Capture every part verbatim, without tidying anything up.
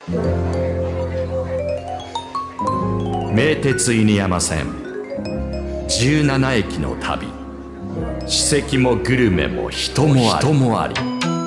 名鉄犬山線じゅうななえきの旅、史跡もグルメも人もあり。人もあり。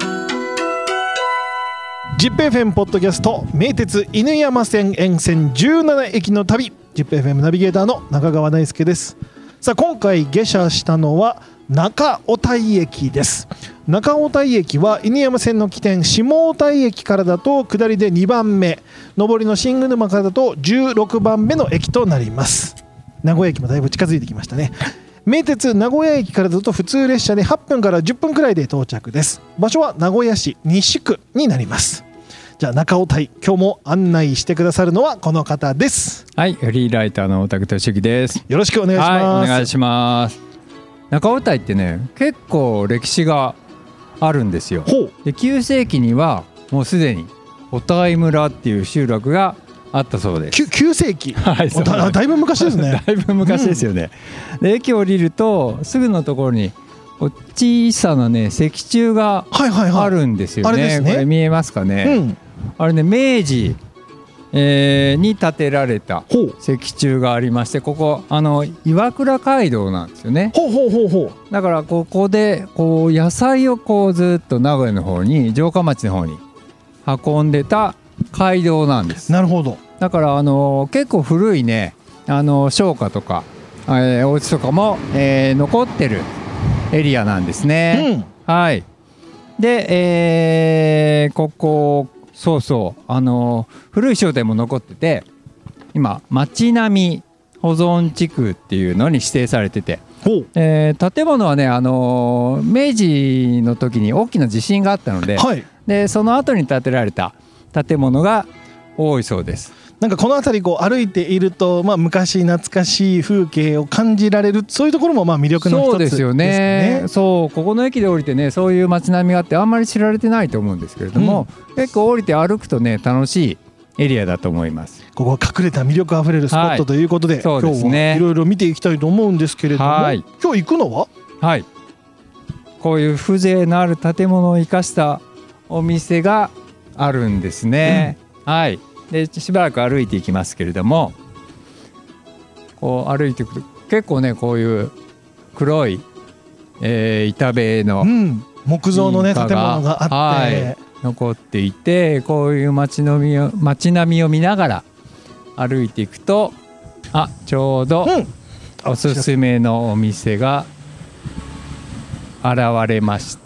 ジップ エフエム ポッドキャスト名鉄犬山線沿線じゅうななえきの旅、ジップ エフエム ナビゲーターの中川大輔です。さあ今回下車したのは中小台駅です。中小台駅は犬山線の起点下小台駅からだと下りでにばんめ、上りの新車からだとじゅうろくばんめの駅となります。名古屋駅もだいぶ近づいてきましたね。名鉄名古屋駅からだと普通列車ではっぷんからじゅっぷんくらいで到着です。場所は名古屋市西区になります。じゃあ中小台、今日も案内してくださるのはこの方です。 はい、フリーライターの大竹俊之です。 よろしくお願いします。 はい、お願いします。中小台ってね、結構歴史があるんですよ。 ほう。 できゅうせいきにはもうすでに小台村っていう集落があったそうです。 きゅうせいき、 はい、そうだ, だいぶ昔ですね。 だいぶ昔ですよね、うん、で駅を降りるとすぐのところに小さなね石柱があるんですよね。 はいはいはい、あれですね。 これ見えますかね、うん、あれね明治、えー、に建てられた石柱がありまして、ここあの岩倉街道なんですよね。 ほうほうほうほう。 だからここでこう野菜をこうずっと名古屋の方に城下町の方に運んでた街道なんです。 なるほど。 だからあの結構古いねあの商家とか、えー、お家とかも、えー、残ってるエリアなんですね、うん、はい。で、えー、ここそうそうあの古い商店も残ってて、今町並み保存地区っていうのに指定されてて、えー、建物はねあの明治の時に大きな地震があったので、はい、でその後に建てられた建物が多いそうです。 なんかこの辺りこう歩いていると、まあ、昔懐かしい風景を感じられる、そういうところもまあ魅力の一つですね。そうですよね。 そうここの駅で降りてねそういう街並みがあってあんまり知られてないと思うんですけれども、うん、結構降りて歩くとね楽しいエリアだと思います。 ここは隠れた魅力あふれるスポットということで、はい、そうですね、今日はいろいろ見ていきたいと思うんですけれども、はい、今日行くのは、 はい、こういう風情のある建物を生かしたお店があるんですね、うん、はい。でしばらく歩いていきますけれども、こう歩いていくと結構ねこういう黒い、えー、板塀の、うん、 木造のね建物があって、はい、 残っていて、こういう街並みを街並みを見ながら歩いていくと、あちょうどおすすめのお店が現れました。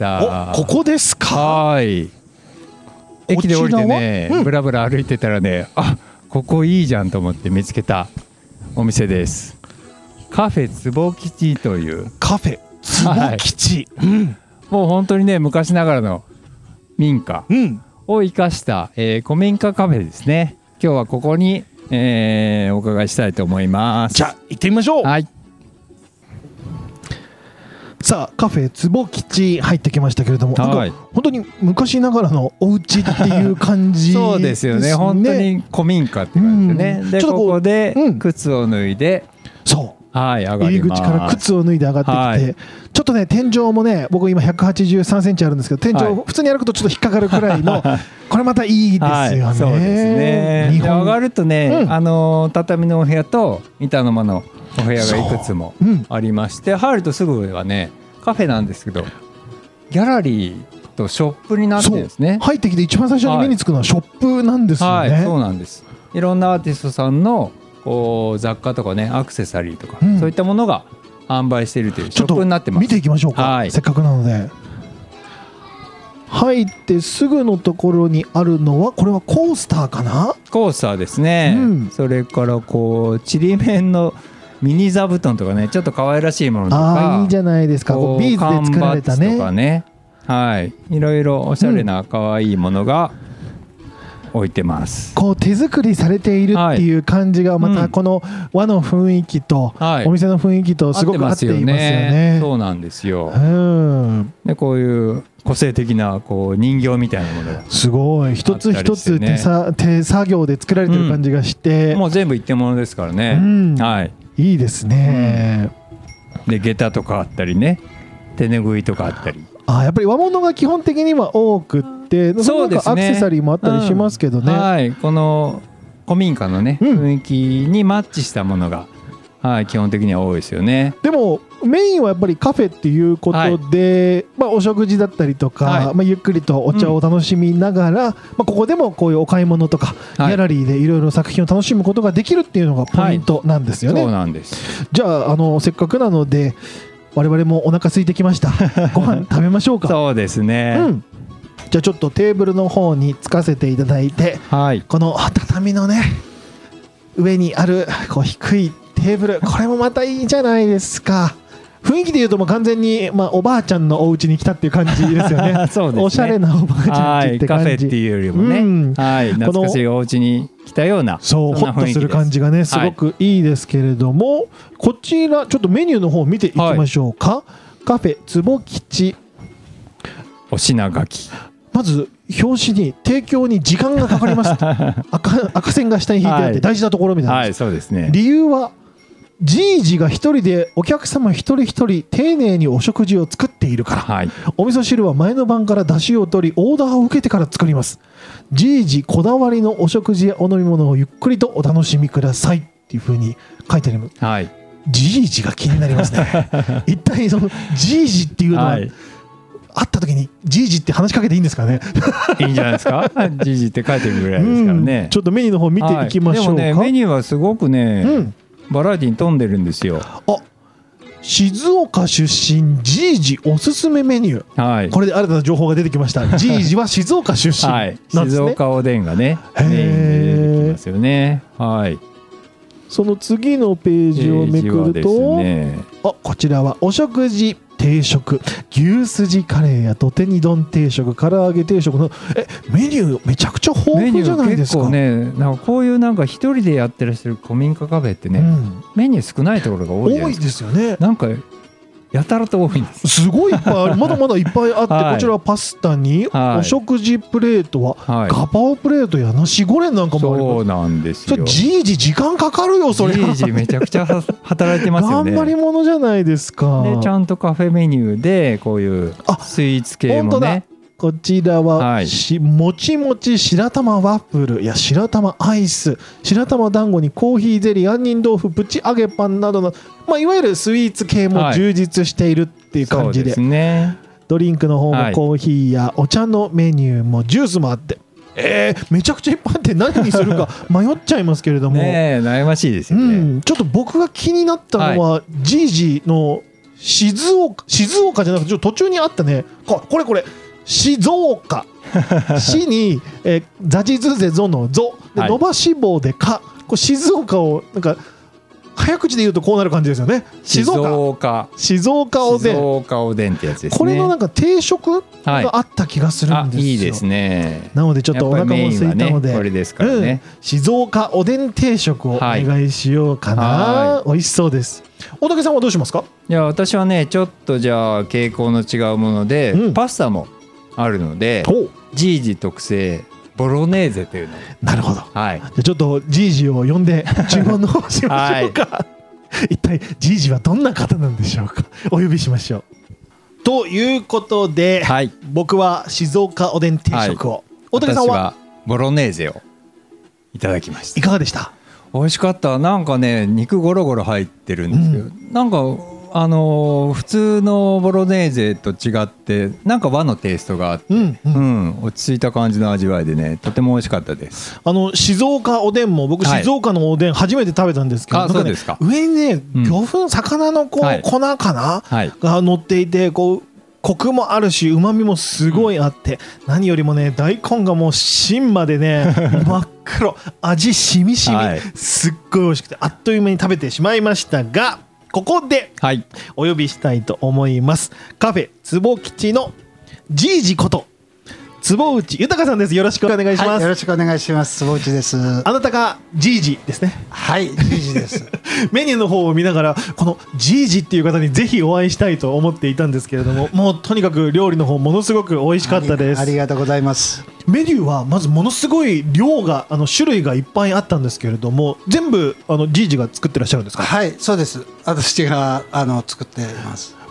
お、ここですか。 はい。駅で降りてね、うん、ブラブラ歩いてたらね、あここいいじゃんと思って見つけたお店です。カフェ坪吉というカフェ坪吉、はい、うん、 もう本当にね昔ながらの民家を生かした、えー、古民家カフェですね。今日はここに、えー、お伺いしたいと思います。 じゃあ行ってみましょう。 はい。 さあカフェ坪吉入ってきましたけれども、はい、なんか本当に昔ながらのお家っていう感じですね。 そうですよね。本当に古民家って感じでね、うん、でここで靴を脱いで、 うん、そう、 はい、上がります。 入り口から靴を脱いで上がってきて、はい、ちょっとね天井もね、僕今ひゃくはちじゅうさんセンチあるんですけど、天井、はい、普通に歩くとちょっと引っかかるくらいのこれまたいいですよね、はい、そうですね。 日本上がるとね、うん、あの畳のお部屋と板の間のお部屋がいくつもありまして、うん、入るとすぐ上はねカフェなんですけどギャラリーとショップになってるんですね。 入ってきて一番最初に目につくのはショップなんですよね、 はい、そうなんです。いろんなアーティストさんのこう雑貨とかねアクセサリーとか、うん、そういったものが販売しているというショップになってます。 見ていきましょうか、はい、せっかくなので。入ってすぐのところにあるのはこれはコースターかな。 コースターですね、うん、それからこうちりめんのミニ座布団とかね、ちょっと可愛らしいものとか、 あーいいじゃないですか。こうビーズで作られたね、 缶バッジとかね、はい、いろいろおしゃれな可愛いものが置いてます、 うん、こう手作りされているっていう感じがまたこの和の雰囲気とお店の雰囲気とすごく合っていますよね、はい、合ってますよね。 そうなんですよ、うん、でこういう個性的なこう人形みたいなものが、ね、 すごい一つ一つ 手, さ手作業で作られてる感じがして、 うん、もう全部一点物ですからね、うん、はい、 いいですね、 うん、で下駄とかあったりね、手拭いとかあったり、 あやっぱり和物が基本的には多くって、そのなんかアクセサリーもあったりしますけどね、 うん、はいこの古民家のね、うん、雰囲気にマッチしたものが、はい、基本的には多いですよね。 でもメインはやっぱりカフェっていうことで、はい、まあ、お食事だったりとか、はい、まあ、ゆっくりとお茶を楽しみながら、うん、まあ、ここでもこういうお買い物とか、はい、ギャラリーでいろいろ作品を楽しむことができるっていうのがポイントなんですよね、 はい、そうなんです。 じゃあ、あのせっかくなので我々もお腹空いてきましたご飯食べましょうか。 そうですね、うん、 じゃあちょっとテーブルの方につかせていただいて、はい、この畳のね上にあるこう低いテーブル、これもまたいいじゃないですか。雰囲気でいうともう完全に、まあ、おばあちゃんのお家に来たっていう感じですよ ね, そうですね。おしゃれなおばあちゃん家って感じ、 はい、カフェっていうよりもね、うん、はい、懐かしいお家に来たような、 そうホッとする感じがねすごくいいですけれども、はい、こちらちょっとメニューの方を見ていきましょうか、はい、カフェ坪吉お品書き。 まず表紙に提供に時間がかかります赤, 赤線が下に引いてあって大事なところみたいな、 はいはい、そうですね。 理由はじいじが一人でお客様一人一人丁寧にお食事を作っているから、はい、お味噌汁は前の晩から出汁を取りオーダーを受けてから作ります。じいじこだわりのお食事やお飲み物をゆっくりとお楽しみくださいっていう風に書いてあります、はい、じいじが気になりますね一体そのじいじっていうのは、はい、会った時にじいじって話しかけていいんですかねいいんじゃないですかじいじって書いてるぐらいですからね、 うん、ちょっとメニューの方見ていきましょうか、はい、 でもねメニューはすごくね、うん、バラエティに富んでるんですよ。 あ、静岡出身じいじおすすめメニュー、はい、これで新たな情報が出てきましたじいじは静岡出身なんですね、はい、静岡おでんがねメインで出てきますよね。はい、 その次のページをめくると、ね、あ、こちらはお食事定食、牛すじカレーや土手煮丼定食、唐揚げ定食のえメニューめちゃくちゃ豊富じゃないですか。 メニュー結構ね、なんかこういうなんか一人でやってらっしゃる古民家カフェってね、うん、メニュー少ないところが多いじゃないですか。 多いですよね。 なんかやたらと多いんです。 すごいいっぱいあるまだまだいっぱいあって、はい、こちらはパスタに、はい、お食事プレートは、はい、ガパオプレートやナシゴレンなんかもあります。 そうなんですよ。 じいじ時間かかるよそれ。 じいじめちゃくちゃ働いてますよね。 頑張り者じゃないですか。 でちゃんとカフェメニューでこういうスイーツ系もね。 こちらは、はい、しもちもち白玉ワッフルや白玉アイス、白玉団子にコーヒーゼリー、杏仁豆腐、プチ揚げパンなどの、まあ、いわゆるスイーツ系も充実しているっていう感じで、はい、そうですね、ドリンクの方もコーヒーやお茶のメニューもジュースもあって、えー、めちゃくちゃいっぱいあって何にするか迷っちゃいますけれどもね、悩ましいですよね、うん、 ちょっと僕が気になったのは、はい、じいじの静岡静岡じゃなくてちょっと途中にあったね、ここれこれ静岡市に、えー、ザジズゼゾのゾで、はい、伸ばし棒でか、これ静岡をなんか早口で言うとこうなる感じですよね。静岡静岡おでん、 静岡おでんってやつですね。 これのなんか定食があった気がするんですよ、はい、 いいですね。 なのでちょっとお腹も空いたので、 ね、これですからね、 うん、静岡おでん定食をお願いしようかな、はい、美味しそうです。大竹さんはどうしますか？ いや私はねちょっとじゃあ傾向の違うもので、うん、パスタもあるので、じいじ特製ボロネーゼというの。 なるほど、 はい、 じゃあちょっとじいじを呼んで注文の方しましょうか、はい、一体じいじはどんな方なんでしょうか。お呼びしましょう。ということで、はい、僕は静岡おでん定食を、はい、大竹さんは？私はボロネーゼをいただきました。 いかがでした？ 美味しかった。なんかね肉ゴロゴロ入ってるんですけど、うん、なんかあのー、普通のボロネーゼと違ってなんか和のテイストがあって、うんうんうん、落ち着いた感じの味わいでねとても美味しかったです。 あの静岡おでんも僕静岡のおでん初めて食べたんですけど、はい、なんかね、そうですか。上にね魚粉、うん、魚のこう、はい、粉かな、はい、が乗っていてこうコクもあるしうまみもすごいあって、うん、何よりもね大根がもう芯までね真っ黒味しみしみ、はい、すっごい美味しくてあっという間に食べてしまいましたが、ここでお呼びしたいと思います、はい、カフェ坪吉のじいじこと坪内豊さんです。よろしくお願いします、はい、 よろしくお願いします。坪内です。 あなたがじいじですね。 はい、じいじですメニューの方を見ながらこのじいじっていう方にぜひお会いしたいと思っていたんですけれども、もうとにかく料理の方ものすごく美味しかったです。 あり、ありがとうございます。 メニューはまずものすごい量があの種類がいっぱいあったんですけれども、全部あのじいじが作ってらっしゃるんですか？ はい、そうです。私があの作っています。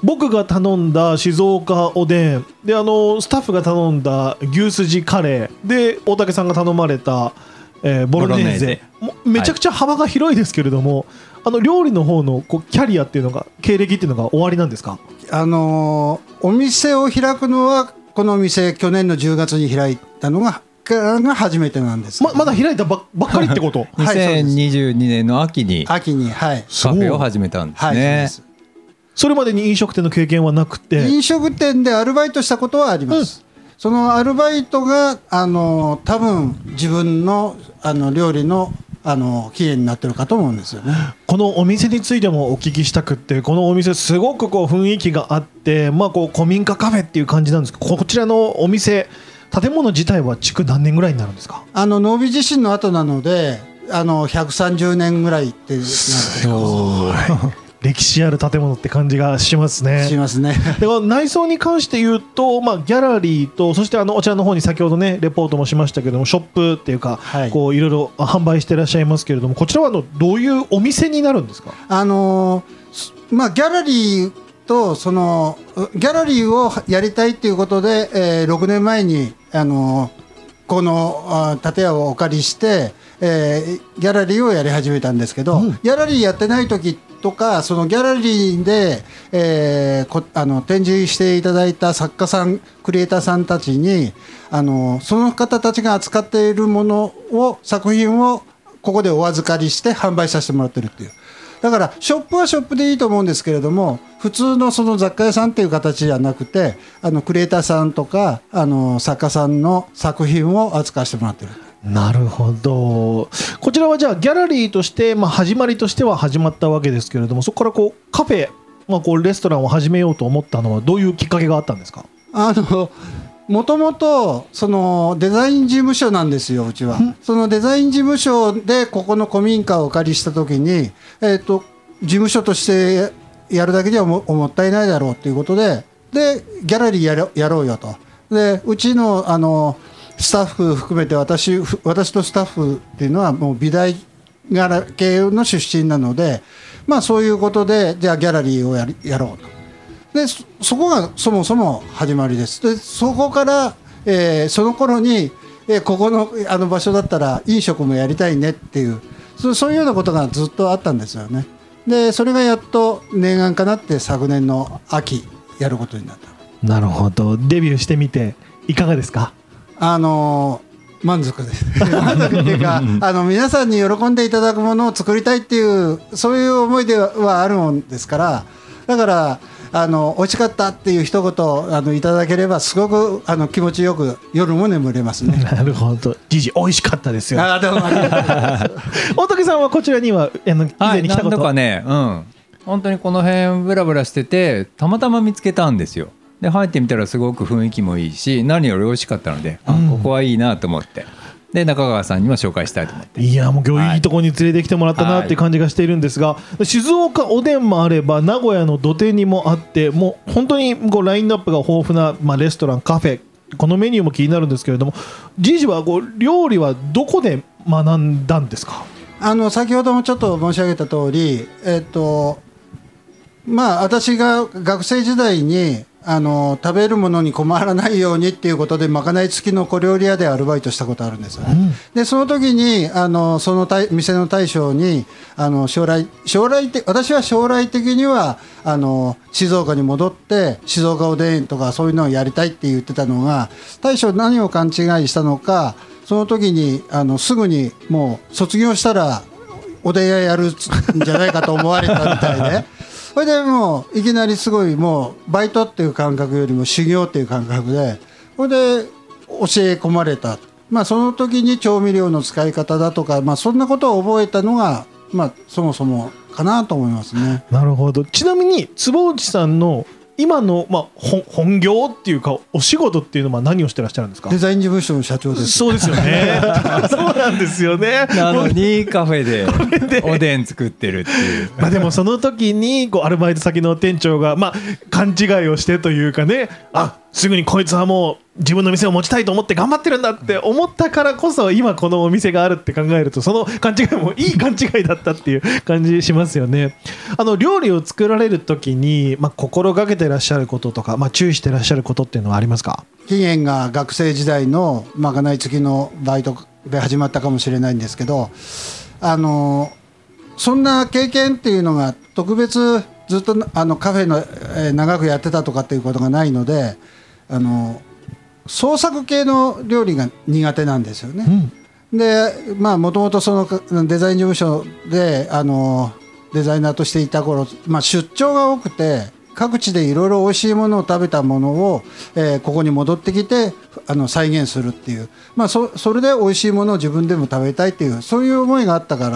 僕が頼んだ静岡おでんで、あのスタッフが頼んだ牛すじカレーで、大竹さんが頼まれた、えーボロネーゼ、もうめちゃくちゃ幅が広いですけれども、はい、あの料理の方のこうキャリアっていうのが、経歴っていうのが終わりなんですか？ あのー、お店を開くのはこのお店去年のじゅうがつに開いたのがが初めてなんです。 ま, まだ開いた ば, ばっかりってことにせんにじゅうにねんの秋に秋に、はい、 カフェを始めたんですね。はい、そ, それまでに飲食店の経験はなくて？ 飲食店でアルバイトしたことはあります、うん、そのアルバイトがあの多分自分 の, あの料理のあの起源になってるかと思うんですよね。 このお店についてもお聞きしたくって、このお店すごくこう雰囲気があって、まあ、こう古民家カフェっていう感じなんですけど、こちらのお店建物自体は築何年ぐらいになるんですか？あの濃尾地震の後なので、あのひゃくさんじゅうねんぐらいってなってます歴史ある建物って感じがしますね。 しますね。 で内装に関して言うと、まあ、ギャラリーと、そしてあのお茶の方に先ほどねレポートもしましたけども、ショップっていうか、はい、こういろいろ販売していらっしゃいますけれども、こちらはあのどういうお店になるんですか？ あのーまあ、ギャラリーとそのギャラリーをやりたいということで、えー、ろくねんまえに、あのー、この建屋をお借りして、えー、ギャラリーをやり始めたんですけど、うん、ギャラリーやってない時とか、そのギャラリーで、えー、こあの展示していただいた作家さん、クリエイターさんたちに、あのその方たちが扱っているものを、作品をここでお預かりして販売させてもらってるっていう。だからショップはショップでいいと思うんですけれども、普通のその雑貨屋さんっていう形じゃなくて、あのクリエイターさんとかあの作家さんの作品を扱わせてもらってる。 なるほど。こちらはじゃあギャラリーとして、まあ、始まりとしては始まったわけですけれども、そこからこうカフェ、まあ、こうレストランを始めようと思ったのはどういうきっかけがあったんですか？ あのもともとそのデザイン事務所なんですよ、うちは。そのデザイン事務所でここの古民家をお借りしたときに、えーと、事務所としてやるだけでは も, もったいないだろうということで、でギャラリーや ろ, やろうよと。でうち の, あのスタッフ含めて 私, 私とスタッフっていうのはもう美大柄系の出身なので、まあ、そういうことでじゃあギャラリーを や, やろうと。で そ, そこがそもそも始まりです。でそこから、えー、その頃に、えー、ここ の, あの場所だったら飲食もやりたいねっていう、そ, そういうようなことがずっとあったんですよね。でそれがやっと念願かなって昨年の秋やることになった。 なるほど。デビューしてみていかがですか？ あのー、満足です満足っていうかあの皆さんに喜んでいただくものを作りたいっていうそういう思いではあるもんですから、だからあの美味しかったっていう一言あのいただければすごくあの気持ちよく夜も眠れますね。 なるほど。じじ美味しかったですよ。 あどうもありがとうございます大竹さんはこちらにはあの以前に来たこと、 はい、何度かね、うん、本当にこの辺ブラブラしててたまたま見つけたんですよ。で入ってみたらすごく雰囲気もいいし、何より美味しかったので、うん、あここはいいなと思って、で中川さんにも紹介したいと思って、 いやもう今日いいところに連れてきてもらったなっていう感じがしているんですが、はい、静岡おでんもあれば名古屋の土手にもあって、もう本当にこうラインナップが豊富な、まあ、レストランカフェ、このメニューも気になるんですけれども、じいじはこう料理はどこで学んだんですか？ あの先ほどもちょっと申し上げた通り、えっとまあ私が学生時代にあの食べるものに困らないようにっていうことでまかない付きの小料理屋でアルバイトしたことあるんですよね、うん、でその時にあのその店の大将にあの将来将来的私は将来的にはあの静岡に戻って静岡おでんとかそういうのをやりたいって言ってたのが、大将何を勘違いしたのか、その時にあのすぐにもう卒業したらおでん屋やるんじゃないかと思われたみたいでそれでもういきなりすごいもうバイトっていう感覚よりも修行っていう感覚で、それで教え込まれた。まあその時に調味料の使い方だとか、まあそんなことを覚えたのがまあそもそもかなと思いますね。 なるほど。ちなみに坪内さんの今の、まあ、本, 本業っていうかお仕事っていうのは何をしてらっしゃるんですか？ デザイン事務所の社長です。 そうですよねそうなんですよね。 なのにカフェでおでん作ってるっていうまあでもその時にこうアルバイト先の店長が、まあ、勘違いをしてというかね、あすぐにこいつはもう自分の店を持ちたいと思って頑張ってるんだって思ったからこそ今このお店があるって考えるとその勘違いもいい勘違いだったっていう感じしますよね。あの料理を作られる時に、まあ、心がけてらっしゃることとか、まあ、注意してらっしゃることっていうのはありますか？ 期限が学生時代のまかない付きのバイトで始まったかもしれないんですけど、あのそんな経験っていうのが特別ずっとあのカフェの、えー、長くやってたとかっていうことがないので、あの創作系の料理が苦手なんですよね、うん、でまあもともとそのデザイン事務所であのデザイナーとしていた頃、まあ、出張が多くて各地でいろいろ美味しいものを食べたものを、えー、ここに戻ってきてあの再現するっていう、まあ、そ, それで美味しいものを自分でも食べたいっていうそういう思いがあったから、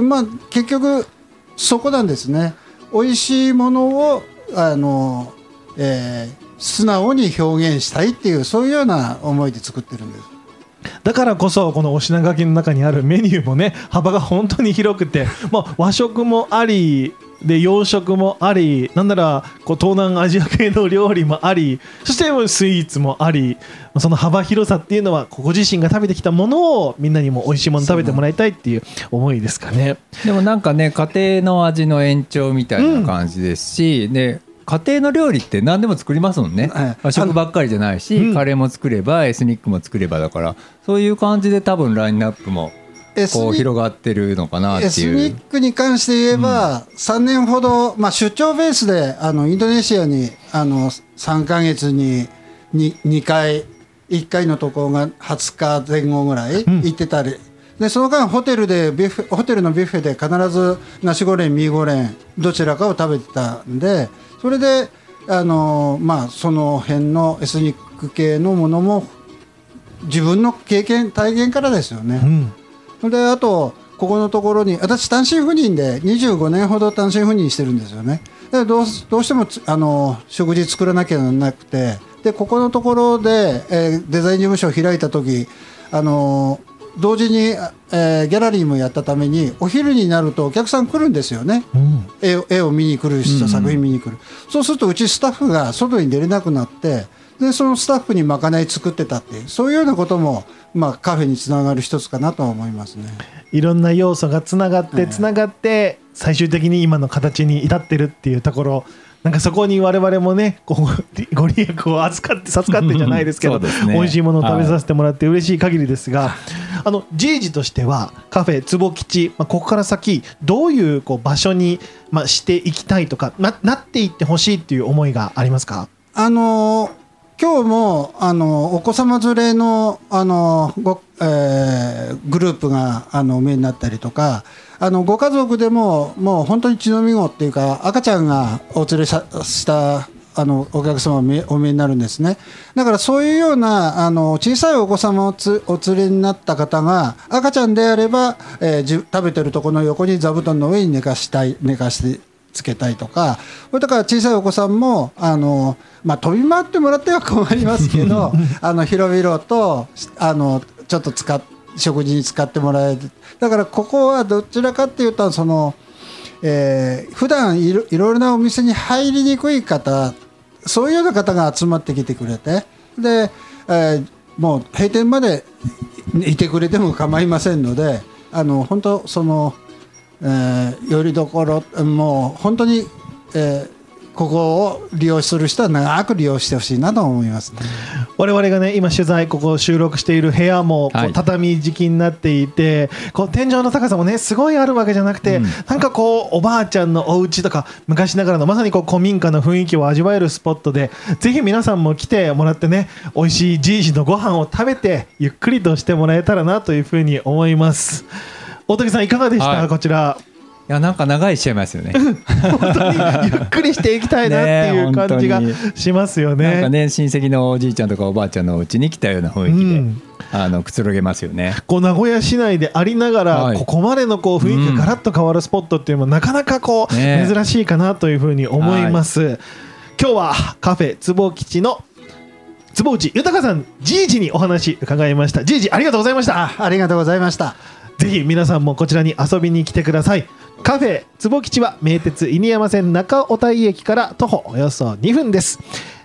まあ、結局そこなんですね。美味しいものをあの、えー素直に表現したいっていうそういうような思いで作ってるんです。 だからこそこのお品書きの中にあるメニューもね幅が本当に広くて、まあ、和食もありで洋食もありなんならこう東南アジア系の料理もありそしてスイーツもありその幅広さっていうのはご自身が食べてきたものをみんなにも美味しいもの食べてもらいたいっていう思いですかね。 でもなんかね家庭の味の延長みたいな感じですし、うん、で家庭の料理って何でも作りますもんね、はい、和食ばっかりじゃないし、うん、カレーも作ればエスニックも作ればだからそういう感じで多分ラインナップもこう広がってるのかなっていう。エスニックに関して言えば、うん、 さんねんほど、まあ、出張ベースであのインドネシアにあのさんかげつに 2, 2回いっかいのところがはつかぜん後ぐらい行ってたり、うんでその間ホテルでビュッフェホテルのビュッフェで必ずナシゴレンミーゴレンどちらかを食べてたんでそれであの、まあ、その辺のエスニック系のものも自分の経験体験からですよね、うん、であとここのところに私単身赴任でにじゅうごねんほど単身赴任してるんですよね。でどう、どうしてもあの食事作らなきゃならなくてでここのところで、えー、デザイン事務所を開いた時あの同時に、えー、ギャラリーもやったためにお昼になるとお客さん来るんですよね、うん、絵, 絵を見に来る人、うんうん、作品見に来る。そうするとうちスタッフが外に出れなくなってでそのスタッフにまかない作ってたっていうそういうようなことも、まあ、カフェにつながる一つかなと思いますね。 いろんな要素がつながってつながって最終的に今の形に至ってるっていうところなんかそこに我々もねこうご利益を預かって授かってじゃないですけどね、美味しいものを食べさせてもらって嬉しい限りですが、はい、あのじいじとしてはカフェ坪吉、まあ、ここから先どういうこう場所に、まあ、していきたいとか な, なっていってほしいっていう思いがありますか？ あの今日もあのお子様連れの、あのご、えー、グループがあのお見えになったりとかあのご家族でももう本当に血のみ子っていうか赤ちゃんがお連れしたあのお客様がお見えになるんですね。だからそういうようなあの小さいお子様をつお連れになった方が赤ちゃんであれば、えー、じ食べてるところの横に座布団の上に寝かしたい寝かしてつけたいとかこれだから小さいお子さんもあの、まあ、飛び回ってもらっては困りますけどあの広々とあのちょっと使っ食事に使ってもらえる。だからここはどちらかっていうとその、えー、普段いろいろなお店に入りにくい方そういうような方が集まってきてくれてで、えー、もう閉店までいてくれても構いませんのであの本当そのえー、よりどころもう本当に、えー、ここを利用する人は長く利用してほしいなと思いますね。 我々がね今取材ここ収録している部屋もこう畳敷きになっていて、はい、こう天井の高さもねすごいあるわけじゃなくて、うん、なんかこうおばあちゃんのお家とか昔ながらのまさにこう古民家の雰囲気を味わえるスポットでぜひ皆さんも来てもらってね美味しいじいじのご飯を食べてゆっくりとしてもらえたらなというふうに思います。大竹さんいかがでした、はい、こちら。 いやなんか長いしちゃいますよね本当にゆっくりしていきたいなっていう感じがしますよね。 なんかね親戚のおじいちゃんとかおばあちゃんのお家に来たような雰囲気で、うん、あのくつろげますよね。 こう名古屋市内でありながら、はい、ここまでのこう雰囲気がガラッと変わるスポットっていうのもなかなかこう、ね、珍しいかなというふうに思います、はい、今日はカフェ坪吉の坪内豊さんじいじにお話伺いました。じいじありがとうございました。 あ, ありがとうございました。 ぜひ皆さんもこちらに遊びに来てください。カフェ坪吉は名鉄犬山線中尾台駅から徒歩およそにふんです。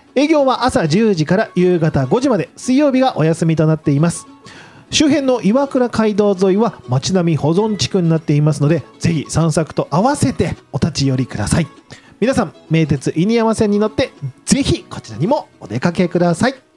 営業は朝じゅうじから夕方ごじまで、水曜日がお休みとなっています。周辺の岩倉街道沿いは街並み保存地区になっていますので、ぜひ散策と合わせてお立ち寄りください。皆さん、名鉄犬山線に乗ってぜひこちらにもお出かけください。